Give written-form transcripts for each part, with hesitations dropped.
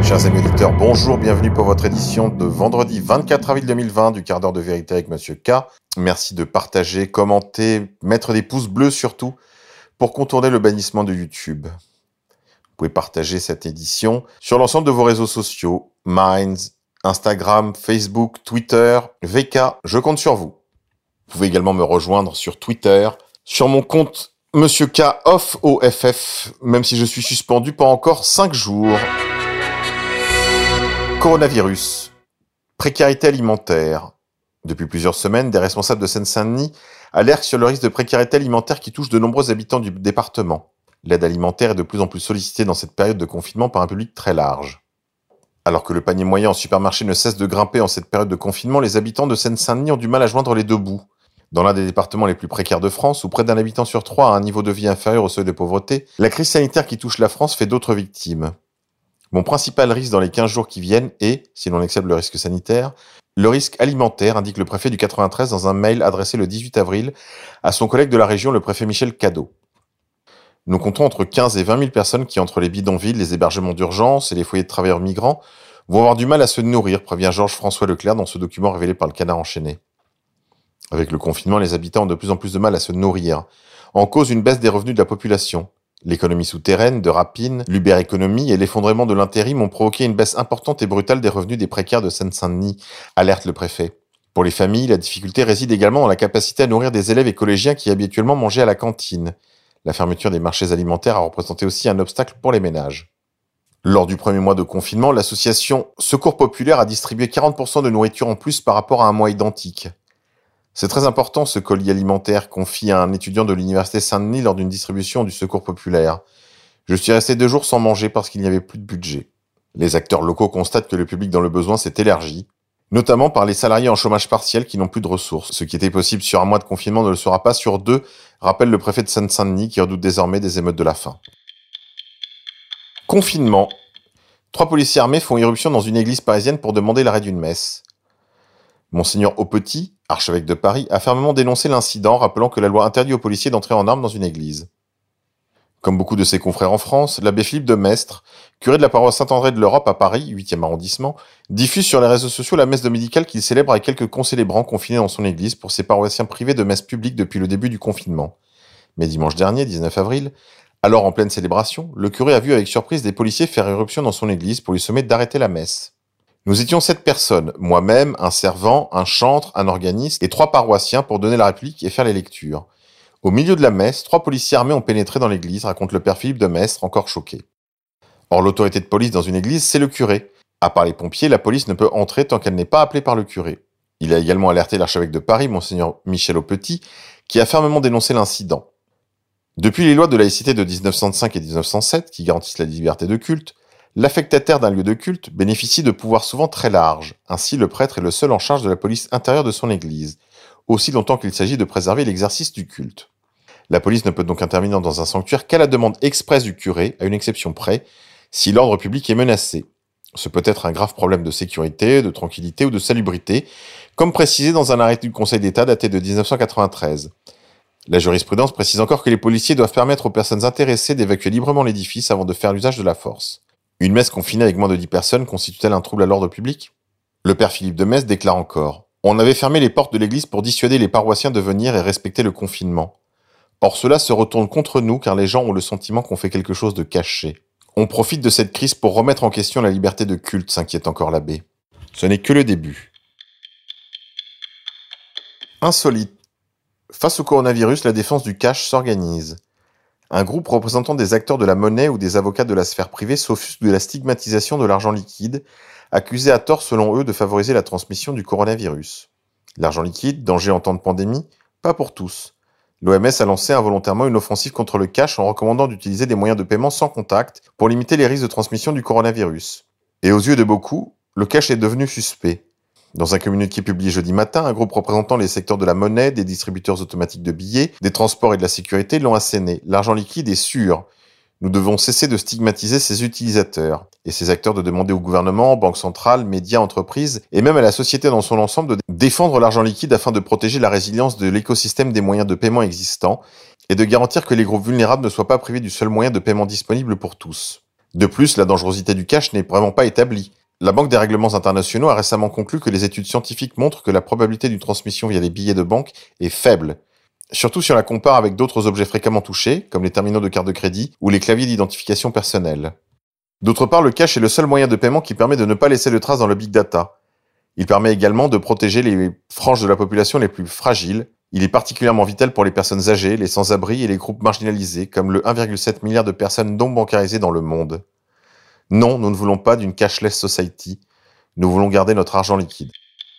Chers amis auditeurs, bonjour, bienvenue pour votre édition de vendredi 24 avril 2020 du quart d'heure de vérité avec Monsieur K. Merci de partager, commenter, mettre des pouces bleus surtout pour contourner le bannissement de YouTube. Vous pouvez partager cette édition sur l'ensemble de vos réseaux sociaux, Minds, Instagram, Facebook, Twitter, VK, je compte sur vous. Vous pouvez également me rejoindre sur Twitter, sur mon compte Monsieur K OFF, même si je suis suspendu pendant encore 5 jours. Coronavirus. Précarité alimentaire. Depuis plusieurs semaines, des responsables de Seine-Saint-Denis alertent sur le risque de précarité alimentaire qui touche de nombreux habitants du département. L'aide alimentaire est de plus en plus sollicitée dans cette période de confinement par un public très large. Alors que le panier moyen en supermarché ne cesse de grimper en cette période de confinement, les habitants de Seine-Saint-Denis ont du mal à joindre les deux bouts. Dans l'un des départements les plus précaires de France, où près d'un habitant sur 3 a un niveau de vie inférieur au seuil de pauvreté, la crise sanitaire qui touche la France fait d'autres victimes. Mon principal risque dans les 15 jours qui viennent est, si l'on accepte le risque sanitaire, le risque alimentaire, indique le préfet du 93 dans un mail adressé le 18 avril à son collègue de la région, le préfet Michel Cadot. Nous comptons entre 15 et 20 000 personnes qui, entre les bidonvilles, les hébergements d'urgence et les foyers de travailleurs migrants, vont avoir du mal à se nourrir, prévient Georges-François Leclerc dans ce document révélé par le Canard enchaîné. Avec le confinement, les habitants ont de plus en plus de mal à se nourrir. En cause, une baisse des revenus de la population. L'économie souterraine de Rapine, l'Uber Economy et l'effondrement de l'intérim ont provoqué une baisse importante et brutale des revenus des précaires de Seine-Saint-Denis, alerte le préfet. Pour les familles, la difficulté réside également dans la capacité à nourrir des élèves et collégiens qui habituellement mangeaient à la cantine. La fermeture des marchés alimentaires a représenté aussi un obstacle pour les ménages. Lors du premier mois de confinement, l'association Secours Populaire a distribué 40% de nourriture en plus par rapport à un mois identique. C'est très important ce colis alimentaire confie à un étudiant de l'université Saint-Denis lors d'une distribution du Secours Populaire. Je suis resté 2 jours sans manger parce qu'il n'y avait plus de budget. Les acteurs locaux constatent que le public dans le besoin s'est élargi, notamment par les salariés en chômage partiel qui n'ont plus de ressources. Ce qui était possible sur un mois de confinement ne le sera pas sur 2, rappelle le préfet de Seine-Saint-Denis qui redoute désormais des émeutes de la faim. Confinement. 3 policiers armés font irruption dans une église parisienne pour demander l'arrêt d'une messe. Monseigneur Aupetit, archevêque de Paris, a fermement dénoncé l'incident, rappelant que la loi interdit aux policiers d'entrer en armes dans une église. Comme beaucoup de ses confrères en France, l'abbé Philippe de Maistre, curé de la paroisse Saint-André de l'Europe à Paris, 8e arrondissement, diffuse sur les réseaux sociaux la messe dominicale qu'il célèbre avec quelques concélébrants confinés dans son église pour ses paroissiens privés de messe publique depuis le début du confinement. Mais dimanche dernier, 19 avril, alors en pleine célébration, le curé a vu avec surprise des policiers faire irruption dans son église pour lui sommer d'arrêter la messe. Nous étions 7 personnes, moi-même, un servant, un chantre, un organiste et 3 paroissiens pour donner la réplique et faire les lectures. Au milieu de la messe, 3 policiers armés ont pénétré dans l'église, raconte le père Philippe de Maistre, encore choqué. Or, l'autorité de police dans une église, c'est le curé. À part les pompiers, la police ne peut entrer tant qu'elle n'est pas appelée par le curé. Il a également alerté l'archevêque de Paris, monseigneur Michel Aupetit, qui a fermement dénoncé l'incident. Depuis les lois de laïcité de 1905 et 1907, qui garantissent la liberté de culte, l'affectataire d'un lieu de culte bénéficie de pouvoirs souvent très larges. Ainsi, le prêtre est le seul en charge de la police intérieure de son église, aussi longtemps qu'il s'agit de préserver l'exercice du culte. La police ne peut donc intervenir dans un sanctuaire qu'à la demande expresse du curé, à une exception près, si l'ordre public est menacé. Ce peut être un grave problème de sécurité, de tranquillité ou de salubrité, comme précisé dans un arrêt du Conseil d'État daté de 1993. La jurisprudence précise encore que les policiers doivent permettre aux personnes intéressées d'évacuer librement l'édifice avant de faire l'usage de la force. Une messe confinée avec moins de 10 personnes constitue-t-elle un trouble à l'ordre public ? Le père Philippe de Maistre déclare encore « On avait fermé les portes de l'église pour dissuader les paroissiens de venir et respecter le confinement. Or cela se retourne contre nous car les gens ont le sentiment qu'on fait quelque chose de caché. On profite de cette crise pour remettre en question la liberté de culte, s'inquiète encore l'abbé. Ce n'est que le début. » Insolite. Face au coronavirus, la défense du cash s'organise. Un groupe représentant des acteurs de la monnaie ou des avocats de la sphère privée s'offusque de la stigmatisation de l'argent liquide, accusé à tort selon eux de favoriser la transmission du coronavirus. L'argent liquide, danger en temps de pandémie, pas pour tous. L'OMS a lancé involontairement une offensive contre le cash en recommandant d'utiliser des moyens de paiement sans contact pour limiter les risques de transmission du coronavirus. Et aux yeux de beaucoup, le cash est devenu suspect. Dans un communiqué publié jeudi matin, un groupe représentant les secteurs de la monnaie, des distributeurs automatiques de billets, des transports et de la sécurité l'ont asséné. L'argent liquide est sûr. Nous devons cesser de stigmatiser ses utilisateurs et ses acteurs de demander au gouvernement, banques centrales, médias, entreprises et même à la société dans son ensemble de défendre l'argent liquide afin de protéger la résilience de l'écosystème des moyens de paiement existants et de garantir que les groupes vulnérables ne soient pas privés du seul moyen de paiement disponible pour tous. De plus, la dangerosité du cash n'est vraiment pas établie. La Banque des règlements internationaux a récemment conclu que les études scientifiques montrent que la probabilité d'une transmission via les billets de banque est faible. Surtout si on la compare avec d'autres objets fréquemment touchés, comme les terminaux de carte de crédit ou les claviers d'identification personnelle. D'autre part, le cash est le seul moyen de paiement qui permet de ne pas laisser de traces dans le big data. Il permet également de protéger les franges de la population les plus fragiles. Il est particulièrement vital pour les personnes âgées, les sans-abri et les groupes marginalisés, comme le 1,7 milliard de personnes non bancarisées dans le monde. Non, nous ne voulons pas d'une cashless society. Nous voulons garder notre argent liquide.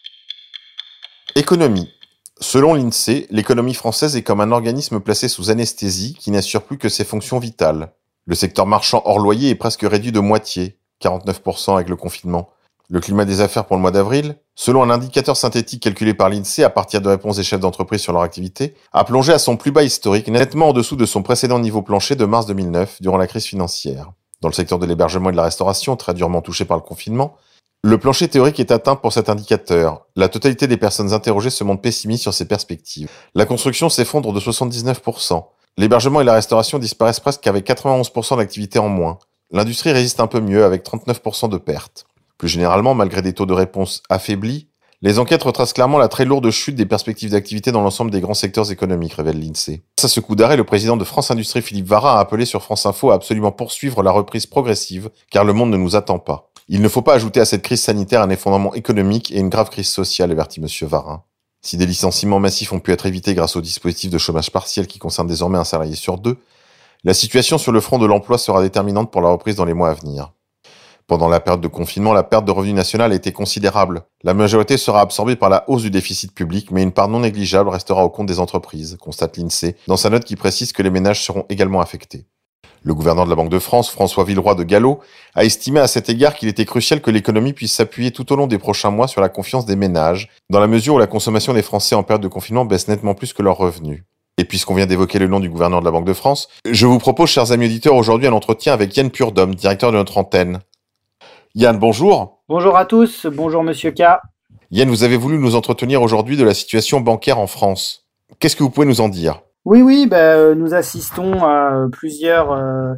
Économie. Selon l'INSEE, l'économie française est comme un organisme placé sous anesthésie qui n'assure plus que ses fonctions vitales. Le secteur marchand hors loyer est presque réduit de moitié, 49% avec le confinement. Le climat des affaires pour le mois d'avril, selon un indicateur synthétique calculé par l'INSEE à partir de réponses des chefs d'entreprise sur leur activité, a plongé à son plus bas historique, nettement en dessous de son précédent niveau plancher de mars 2009, durant la crise financière. Dans le secteur de l'hébergement et de la restauration, très durement touché par le confinement, le plancher théorique est atteint pour cet indicateur. La totalité des personnes interrogées se montrent pessimistes sur ces perspectives. La construction s'effondre de 79%. L'hébergement et la restauration disparaissent presque avec 91% d'activité en moins. L'industrie résiste un peu mieux avec 39% de pertes. Plus généralement, malgré des taux de réponse affaiblis, les enquêtes retracent clairement la très lourde chute des perspectives d'activité dans l'ensemble des grands secteurs économiques, révèle l'INSEE. Face à ce coup d'arrêt, le président de France Industrie, Philippe Varin, a appelé sur France Info à absolument poursuivre la reprise progressive, car le monde ne nous attend pas. Il ne faut pas ajouter à cette crise sanitaire un effondrement économique et une grave crise sociale, avertit M. Varin. Si des licenciements massifs ont pu être évités grâce au dispositif de chômage partiel qui concerne désormais un salarié sur deux, la situation sur le front de l'emploi sera déterminante pour la reprise dans les mois à venir. Pendant la période de confinement, la perte de revenus national a été considérable. La majorité sera absorbée par la hausse du déficit public, mais une part non négligeable restera au compte des entreprises, constate l'INSEE, dans sa note qui précise que les ménages seront également affectés. Le gouverneur de la Banque de France, François Villeroy de Galhau, a estimé à cet égard qu'il était crucial que l'économie puisse s'appuyer tout au long des prochains mois sur la confiance des ménages, dans la mesure où la consommation des Français en période de confinement baisse nettement plus que leurs revenus. Et puisqu'on vient d'évoquer le nom du gouverneur de la Banque de France, je vous propose, chers amis auditeurs, aujourd'hui un entretien avec Yann Purdom, directeur de notre antenne. Yann, bonjour. Bonjour à tous, bonjour Monsieur K. Yann, vous avez voulu nous entretenir aujourd'hui de la situation bancaire en France. Qu'est-ce que vous pouvez nous en dire ? Oui, nous assistons à plusieurs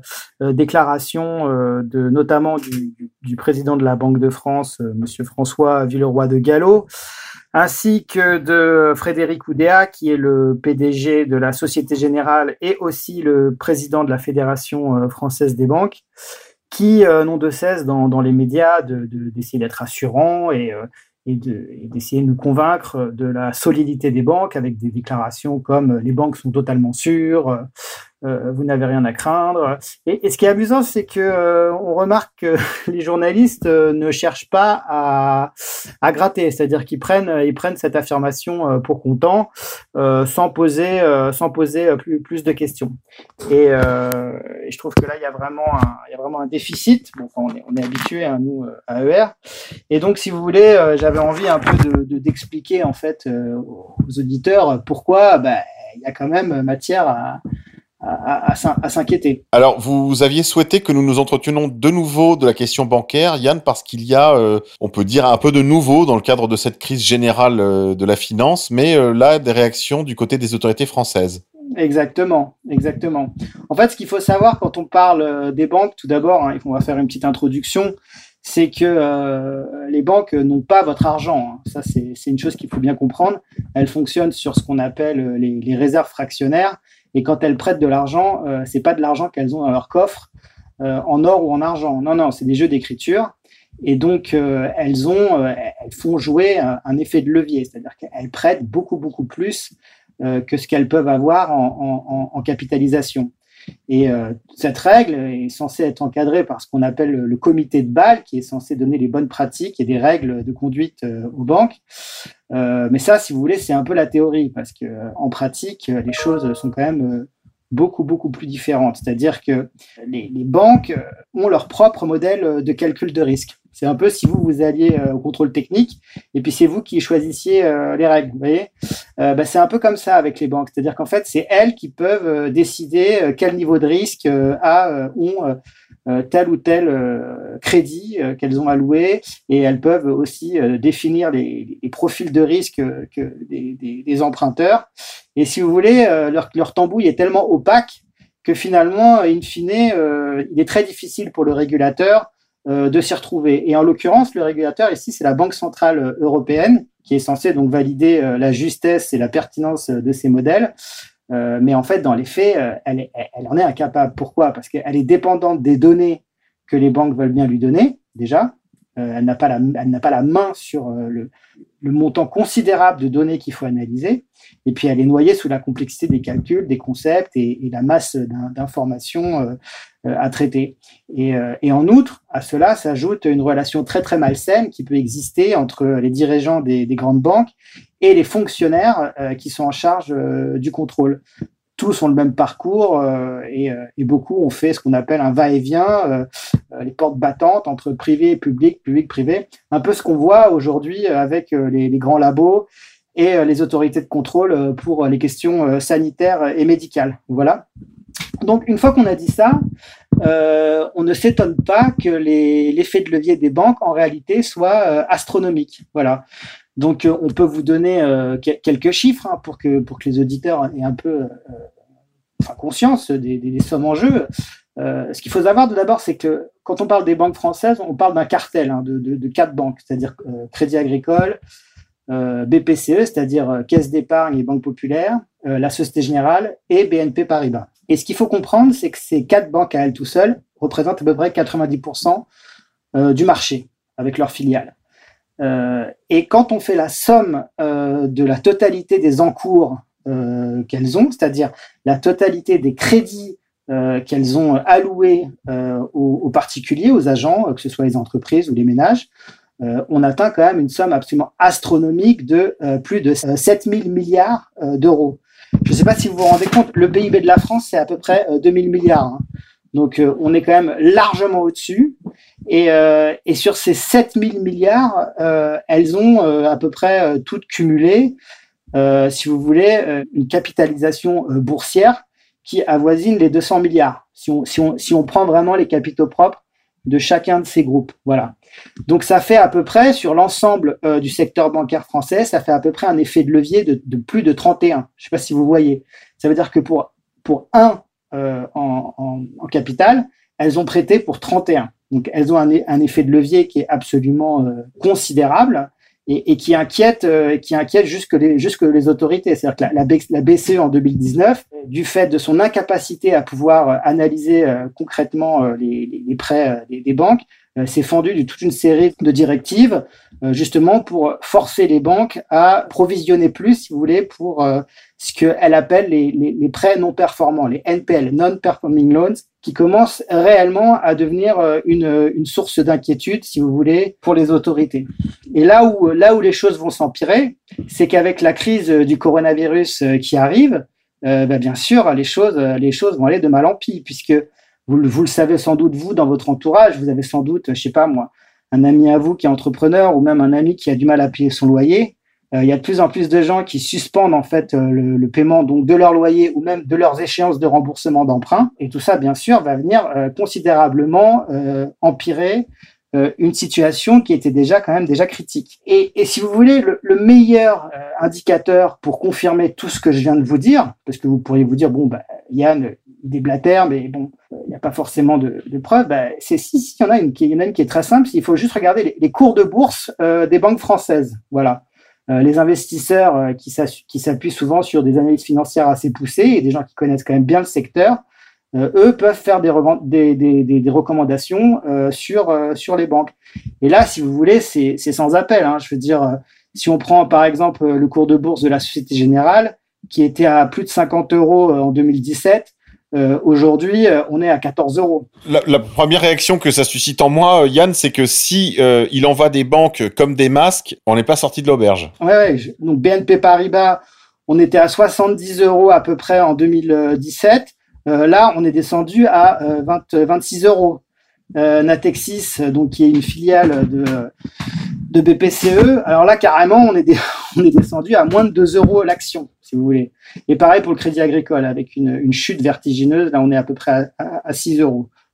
déclarations, notamment du président de la Banque de France, Monsieur François Villeroy de Galhau, ainsi que de Frédéric Oudéa, qui est le PDG de la Société Générale et aussi le président de la Fédération française des banques, qui n'ont de cesse dans les médias d'essayer d'être rassurants et d'essayer de nous convaincre de la solidité des banques avec des déclarations comme les banques sont totalement sûres, vous n'avez rien à craindre. Et ce qui est amusant, c'est que on remarque que les journalistes ne cherchent pas à gratter, c'est-à-dire qu'ils prennent cette affirmation pour comptant, sans poser plus de questions. Et je trouve que là, il y a vraiment un déficit. Bon, enfin, on est habitué nous à ER. Et donc, si vous voulez, j'avais envie un peu d'expliquer en fait aux auditeurs pourquoi il y a quand même matière à s'inquiéter. Alors, vous aviez souhaité que nous nous entretenions de nouveau de la question bancaire, Yann, parce qu'il y a, on peut dire, un peu de nouveau dans le cadre de cette crise générale de la finance, mais là, des réactions du côté des autorités françaises. Exactement. En fait, ce qu'il faut savoir quand on parle des banques, tout d'abord, on va faire une petite introduction, c'est que les banques n'ont pas votre argent. Ça, c'est une chose qu'il faut bien comprendre. Elles fonctionnent sur ce qu'on appelle les réserves fractionnaires. Et quand elles prêtent de l'argent, c'est pas de l'argent qu'elles ont dans leur coffre, en or ou en argent. Non, c'est des jeux d'écriture. Et donc, elles font jouer un effet de levier, c'est-à-dire qu'elles prêtent beaucoup plus que ce qu'elles peuvent avoir en capitalisation. Et cette règle est censée être encadrée par ce qu'on appelle le comité de Bâle, qui est censé donner les bonnes pratiques et des règles de conduite aux banques. Mais ça, si vous voulez, c'est un peu la théorie, parce que en pratique, les choses sont quand même beaucoup plus différentes. C'est-à-dire que les banques ont leur propre modèle de calcul de risque. C'est un peu si vous alliez au contrôle technique et puis c'est vous qui choisissiez les règles. Vous voyez, c'est un peu comme ça avec les banques. C'est-à-dire qu'en fait, c'est elles qui peuvent décider quel niveau de risque ont tel ou tel crédit qu'elles ont alloué, et elles peuvent aussi définir les profils de risque des emprunteurs. Et si vous voulez, leur tambouille est tellement opaque que finalement, in fine, il est très difficile pour le régulateur de s'y retrouver. Et en l'occurrence, le régulateur ici, c'est la Banque centrale européenne qui est censée donc valider la justesse et la pertinence de ces modèles. Mais en fait, dans les faits, elle en est incapable. Pourquoi ? Parce qu'elle est dépendante des données que les banques veulent bien lui donner, déjà. Elle n'a pas la main sur le montant considérable de données qu'il faut analyser. Et puis, elle est noyée sous la complexité des calculs, des concepts et la masse d'informations à traiter. Et en outre, à cela s'ajoute une relation très, très malsaine qui peut exister entre les dirigeants des grandes banques et les fonctionnaires qui sont en charge du contrôle. Tous ont le même parcours et beaucoup ont fait ce qu'on appelle un va-et-vient, les portes battantes entre privé et public, public-privé. Un peu ce qu'on voit aujourd'hui avec les grands labos et les autorités de contrôle pour les questions sanitaires et médicales. Voilà. Donc, une fois qu'on a dit ça, on ne s'étonne pas que l'effet de levier des banques, en réalité, soit astronomique. Voilà. Donc, on peut vous donner quelques chiffres pour que les auditeurs aient un peu conscience des sommes en jeu. Ce qu'il faut savoir d'abord, c'est que quand on parle des banques françaises, on parle d'un cartel de 4 banques, c'est-à-dire Crédit Agricole, BPCE, c'est-à-dire Caisse d'épargne et Banque Populaire, la Société Générale et BNP Paribas. Et ce qu'il faut comprendre, c'est que ces 4 banques à elles tout seules représentent à peu près 90% du marché avec leurs filiales. Et quand on fait la somme de la totalité des encours qu'elles ont, c'est-à-dire la totalité des crédits qu'elles ont alloués aux particuliers, aux agents, que ce soit les entreprises ou les ménages, on atteint quand même une somme absolument astronomique de plus de 7 000 milliards d'euros. Je ne sais pas si vous vous rendez compte, le PIB de la France, c'est à peu près 2 000 milliards. Hein. Donc, on est quand même largement au-dessus. Et sur ces 7 000 milliards, elles ont à peu près toutes cumulées, si vous voulez, une capitalisation boursière qui avoisine les 200 milliards, si on prend vraiment les capitaux propres de chacun de ces groupes. Voilà. Donc, ça fait à peu près, sur l'ensemble du secteur bancaire français, ça fait à peu près un effet de levier de plus de 31. Je ne sais pas si vous voyez. Ça veut dire que pour 1 en capital, elles ont prêté pour 31. Donc, elles ont un effet de levier qui est absolument considérable et qui inquiète jusque les autorités. C'est-à-dire que la BCE en 2019, du fait de son incapacité à pouvoir analyser concrètement les prêts des banques, s'est fendue de toute une série de directives justement pour forcer les banques à provisionner plus, si vous voulez, pour ce qu'elle appelle les prêts non performants, les NPL, Non-Performing Loans, qui commencent réellement à devenir une source d'inquiétude, si vous voulez, pour les autorités. Et là où les choses vont s'empirer, c'est qu'avec la crise du coronavirus qui arrive, bien sûr, les choses vont aller de mal en pis, puisque vous le savez sans doute, vous, dans votre entourage, vous avez sans doute, je sais pas moi, un ami à vous qui est entrepreneur ou même un ami qui a du mal à payer son loyer. Il y a de plus en plus de gens qui suspendent en fait le paiement donc de leur loyer ou même de leurs échéances de remboursement d'emprunt. Et tout ça, bien sûr, va venir considérablement empirer une situation qui était déjà critique. Et si vous voulez, le meilleur indicateur pour confirmer tout ce que je viens de vous dire, parce que vous pourriez vous dire, Yann, il déblatère, mais bon, il n'y a pas forcément de preuves, c'est il y en a une qui est très simple, il faut juste regarder les cours de bourse des banques françaises. Voilà. Les investisseurs qui s'appuient souvent sur des analyses financières assez poussées et des gens qui connaissent quand même bien le secteur, eux peuvent faire des recommandations sur les banques. Et là, si vous voulez, c'est sans appel. Hein. Je veux dire, si on prend par exemple le cours de bourse de la Société Générale, qui était à plus de 50 € en 2017, aujourd'hui, on est à 14 €. La première réaction que ça suscite en moi, Yann, c'est que si il en va des banques comme des masques, on n'est pas sorti de l'auberge. Ouais. Donc BNP Paribas, on était à 70 € à peu près en 2017. Là, on est descendu à 26 €. Natixis, donc qui est une filiale de BPCE. Alors là, carrément, on est descendu à moins de 2 € l'action, si vous voulez. Et pareil pour le Crédit Agricole, avec une chute vertigineuse. Là, on est à peu près à 6 €.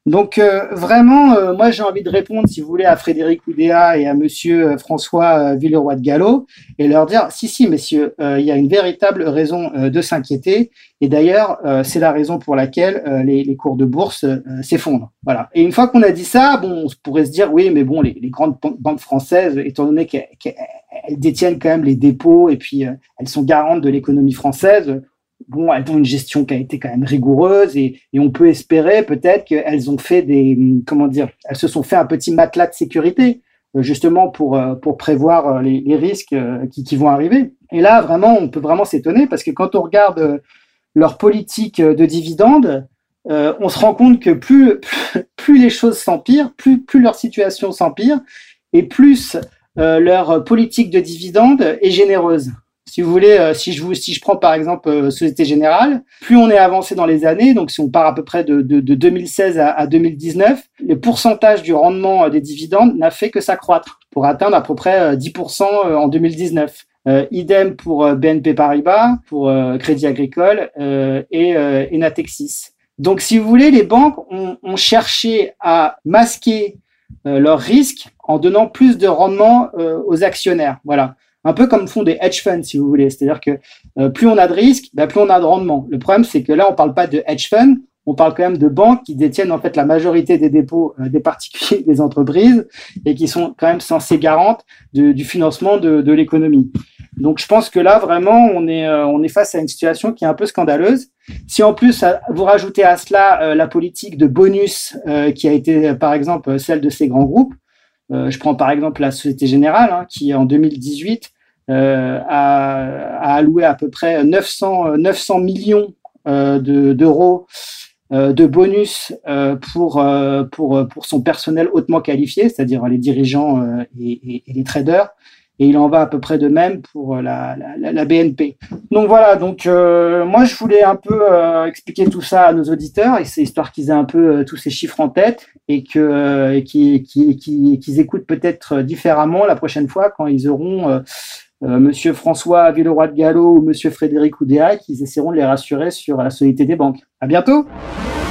Donc vraiment, moi j'ai envie de répondre, si vous voulez, à Frédéric Oudéa et à Monsieur François Villeroy de Galhau et leur dire, si messieurs, il y a une véritable raison de s'inquiéter. Et d'ailleurs, c'est la raison pour laquelle les cours de bourse s'effondrent. Voilà. Et une fois qu'on a dit ça, bon, on pourrait se dire, oui, mais bon, les grandes banques françaises, étant donné qu'elles détiennent quand même les dépôts et puis elles sont garantes de l'économie française. Bon, elles ont une gestion qui a été quand même rigoureuse et on peut espérer peut-être qu'elles ont fait elles se sont fait un petit matelas de sécurité justement pour prévoir les risques qui vont arriver. Et là, vraiment, on peut vraiment s'étonner parce que quand on regarde leur politique de dividendes, on se rend compte que plus les choses s'empirent, plus leur situation s'empire et plus leur politique de dividendes est généreuse. Si vous voulez, si je prends par exemple Société Générale, plus on est avancé dans les années, donc si on part à peu près de 2016 à 2019, le pourcentage du rendement des dividendes n'a fait que s'accroître pour atteindre à peu près 10% en 2019. Idem pour BNP Paribas, pour Crédit Agricole et Natixis. Donc si vous voulez, les banques ont cherché à masquer leurs risques en donnant plus de rendement aux actionnaires. Voilà. Un peu comme font des hedge funds, si vous voulez. C'est-à-dire que plus on a de risques, plus on a de rendement. Le problème, c'est que là, on parle pas de hedge funds, on parle quand même de banques qui détiennent en fait la majorité des dépôts des particuliers, des entreprises, et qui sont quand même censées garantes du financement de l'économie. Donc, je pense que là, vraiment, on est face à une situation qui est un peu scandaleuse. Si en plus, vous rajoutez à cela la politique de bonus qui a été, par exemple, celle de ces grands groupes, je prends par exemple la Société Générale, qui en 2018 a alloué à peu près 900 millions d'euros de bonus pour son personnel hautement qualifié, c'est-à-dire les dirigeants et les traders. Et il en va à peu près de même pour la BNP. Donc voilà, moi je voulais un peu expliquer tout ça à nos auditeurs, et c'est histoire qu'ils aient un peu tous ces chiffres en tête et qu'ils écoutent peut-être différemment la prochaine fois quand ils auront Monsieur François Villeroy de Galhau ou Monsieur Frédéric Oudéa, qu'ils essaieront de les rassurer sur la solidité des banques. À bientôt.